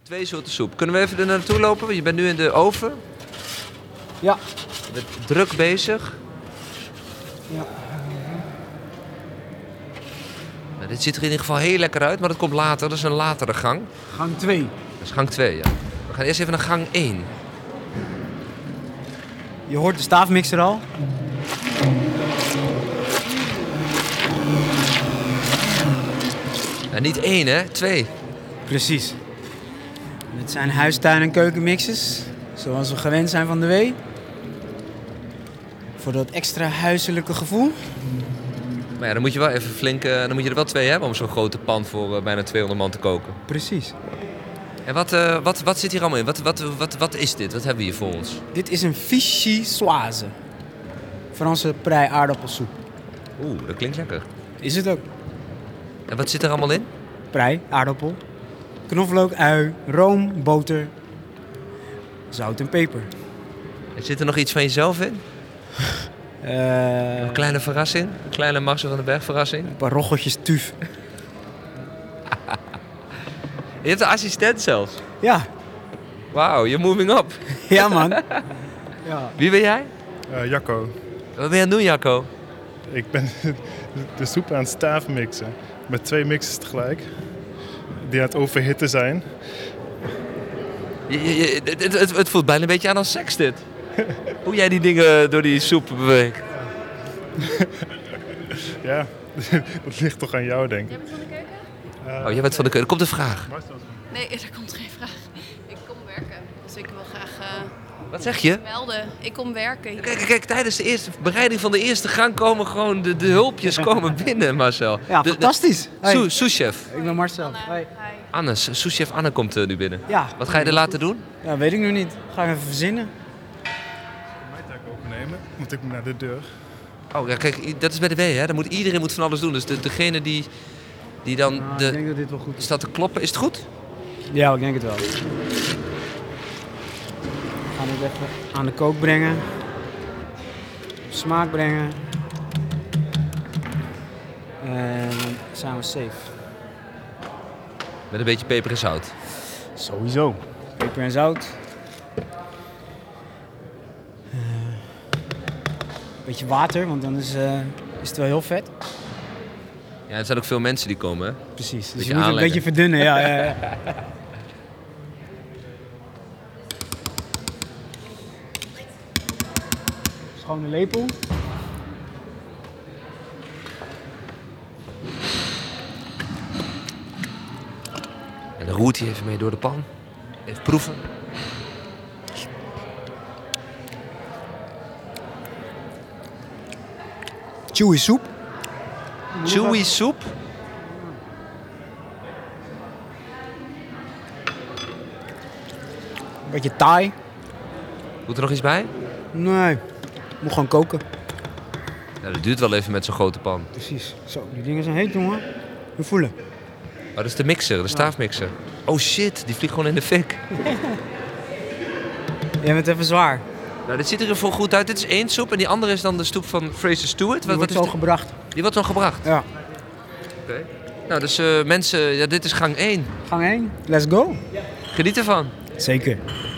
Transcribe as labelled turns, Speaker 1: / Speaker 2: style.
Speaker 1: 2 soorten soep. Kunnen we even er naartoe lopen? Je bent nu in de oven.
Speaker 2: Ja.
Speaker 1: Je bent druk bezig.
Speaker 2: Ja.
Speaker 1: Nou, dit ziet er in ieder geval heel lekker uit, maar dat komt later. Dat is een latere gang.
Speaker 2: Gang 2.
Speaker 1: Dat is gang 2, ja. We gaan eerst even naar gang 1.
Speaker 2: Je hoort de staafmixer al.
Speaker 1: Nou, niet 1, hè? 2.
Speaker 2: Precies. Dit zijn huistuin- en keukenmixers. Zoals we gewend zijn van de W. Voor dat extra huiselijke gevoel.
Speaker 1: Maar ja, dan moet je wel even flink... dan moet je er wel 2 hebben om zo'n grote pan voor bijna 200 man te koken.
Speaker 2: Precies.
Speaker 1: En wat zit hier allemaal in? Wat is dit? Wat hebben we hier voor ons?
Speaker 2: Dit is een vichyssoise. Franse prei aardappelsoep.
Speaker 1: Oeh, dat klinkt lekker.
Speaker 2: Is het ook.
Speaker 1: En wat zit er allemaal in?
Speaker 2: Prei, aardappel, knoflook, ui, room, boter, zout en peper.
Speaker 1: En zit er nog iets van jezelf in? Een kleine verrassing? Een kleine Marcel van den Berg verrassing?
Speaker 2: Een paar roggeltjes tuf.
Speaker 1: Je hebt een assistent zelfs.
Speaker 2: Ja.
Speaker 1: Wauw, you're moving up.
Speaker 2: Ja, man. Ja.
Speaker 1: Wie ben jij?
Speaker 3: Jacco.
Speaker 1: Wat ben je aan het doen, Jacco?
Speaker 3: Ik ben de soep aan het staafmixen. Met 2 mixers tegelijk. Die aan het overhitten zijn.
Speaker 1: Het voelt bijna een beetje aan als seks dit. Hoe jij die dingen door die soep beweegt.
Speaker 3: Ja, dat ligt toch aan jou, denk ik.
Speaker 4: Jij bent van de keuken?
Speaker 1: Oh, jij bent van de keuken. Er komt een vraag.
Speaker 4: Nee, er komt geen vraag. Ik kom werken, dus ik wil graag
Speaker 1: Wat zeg je?
Speaker 4: melden. Ik kom werken.
Speaker 1: Kijk, tijdens de eerste bereiding van de eerste gang komen gewoon de hulpjes komen binnen, Marcel.
Speaker 2: Ja, fantastisch. Hey.
Speaker 1: Souschef.
Speaker 2: Ik ben Marcel.
Speaker 4: Anne,
Speaker 2: Hey.
Speaker 4: hi.
Speaker 1: Anne, souschef Anne komt nu binnen.
Speaker 2: Ja.
Speaker 1: Wat ga je er laten doen?
Speaker 2: Ja, weet ik nu niet. Ga ik even verzinnen.
Speaker 3: Mijn taak overnemen, want ik moet naar de deur.
Speaker 1: Oh ja, kijk, dat is bij de W, hè? Iedereen moet van alles doen. Dus degene die dan
Speaker 2: Ik denk dat dit wel goed is.
Speaker 1: staat te kloppen, is het goed?
Speaker 2: Ja, ik denk het wel. We gaan het even aan de kook brengen. Smaak brengen. En dan zijn we safe.
Speaker 1: Met een beetje peper en zout.
Speaker 2: Sowieso. Peper en zout. Beetje water, want dan is het wel heel vet.
Speaker 1: Ja, er zijn ook veel mensen die komen, hè?
Speaker 2: Precies. Dus
Speaker 1: Beetje
Speaker 2: je moet het een
Speaker 1: aanleggen.
Speaker 2: beetje verdunnen. Ja. Schone lepel.
Speaker 1: En dan roert hij even mee door de pan. Even proeven.
Speaker 2: Chewy soep.
Speaker 1: Chewy soep.
Speaker 2: Beetje taai.
Speaker 1: Moet er nog iets bij?
Speaker 2: Nee, moet gewoon koken.
Speaker 1: Ja, dat duurt wel even met zo'n grote pan.
Speaker 2: Precies. Zo, die dingen zijn heet, jongen. We voelen.
Speaker 1: Oh, dat is de mixer, de staafmixer. Oh shit, die vliegt gewoon in de fik.
Speaker 2: Jij bent even zwaar.
Speaker 1: Nou, dit ziet er in ieder geval goed uit. Dit is 1 soep en die andere is dan de soep van Fraser Stewart.
Speaker 2: Die wordt
Speaker 1: is
Speaker 2: zo
Speaker 1: dit?
Speaker 2: gebracht.
Speaker 1: Die wordt zo gebracht?
Speaker 2: Ja.
Speaker 1: Oké. Nou, dus mensen, ja, dit is gang 1.
Speaker 2: Gang 1. Let's go.
Speaker 1: Geniet ervan.
Speaker 2: Zeker.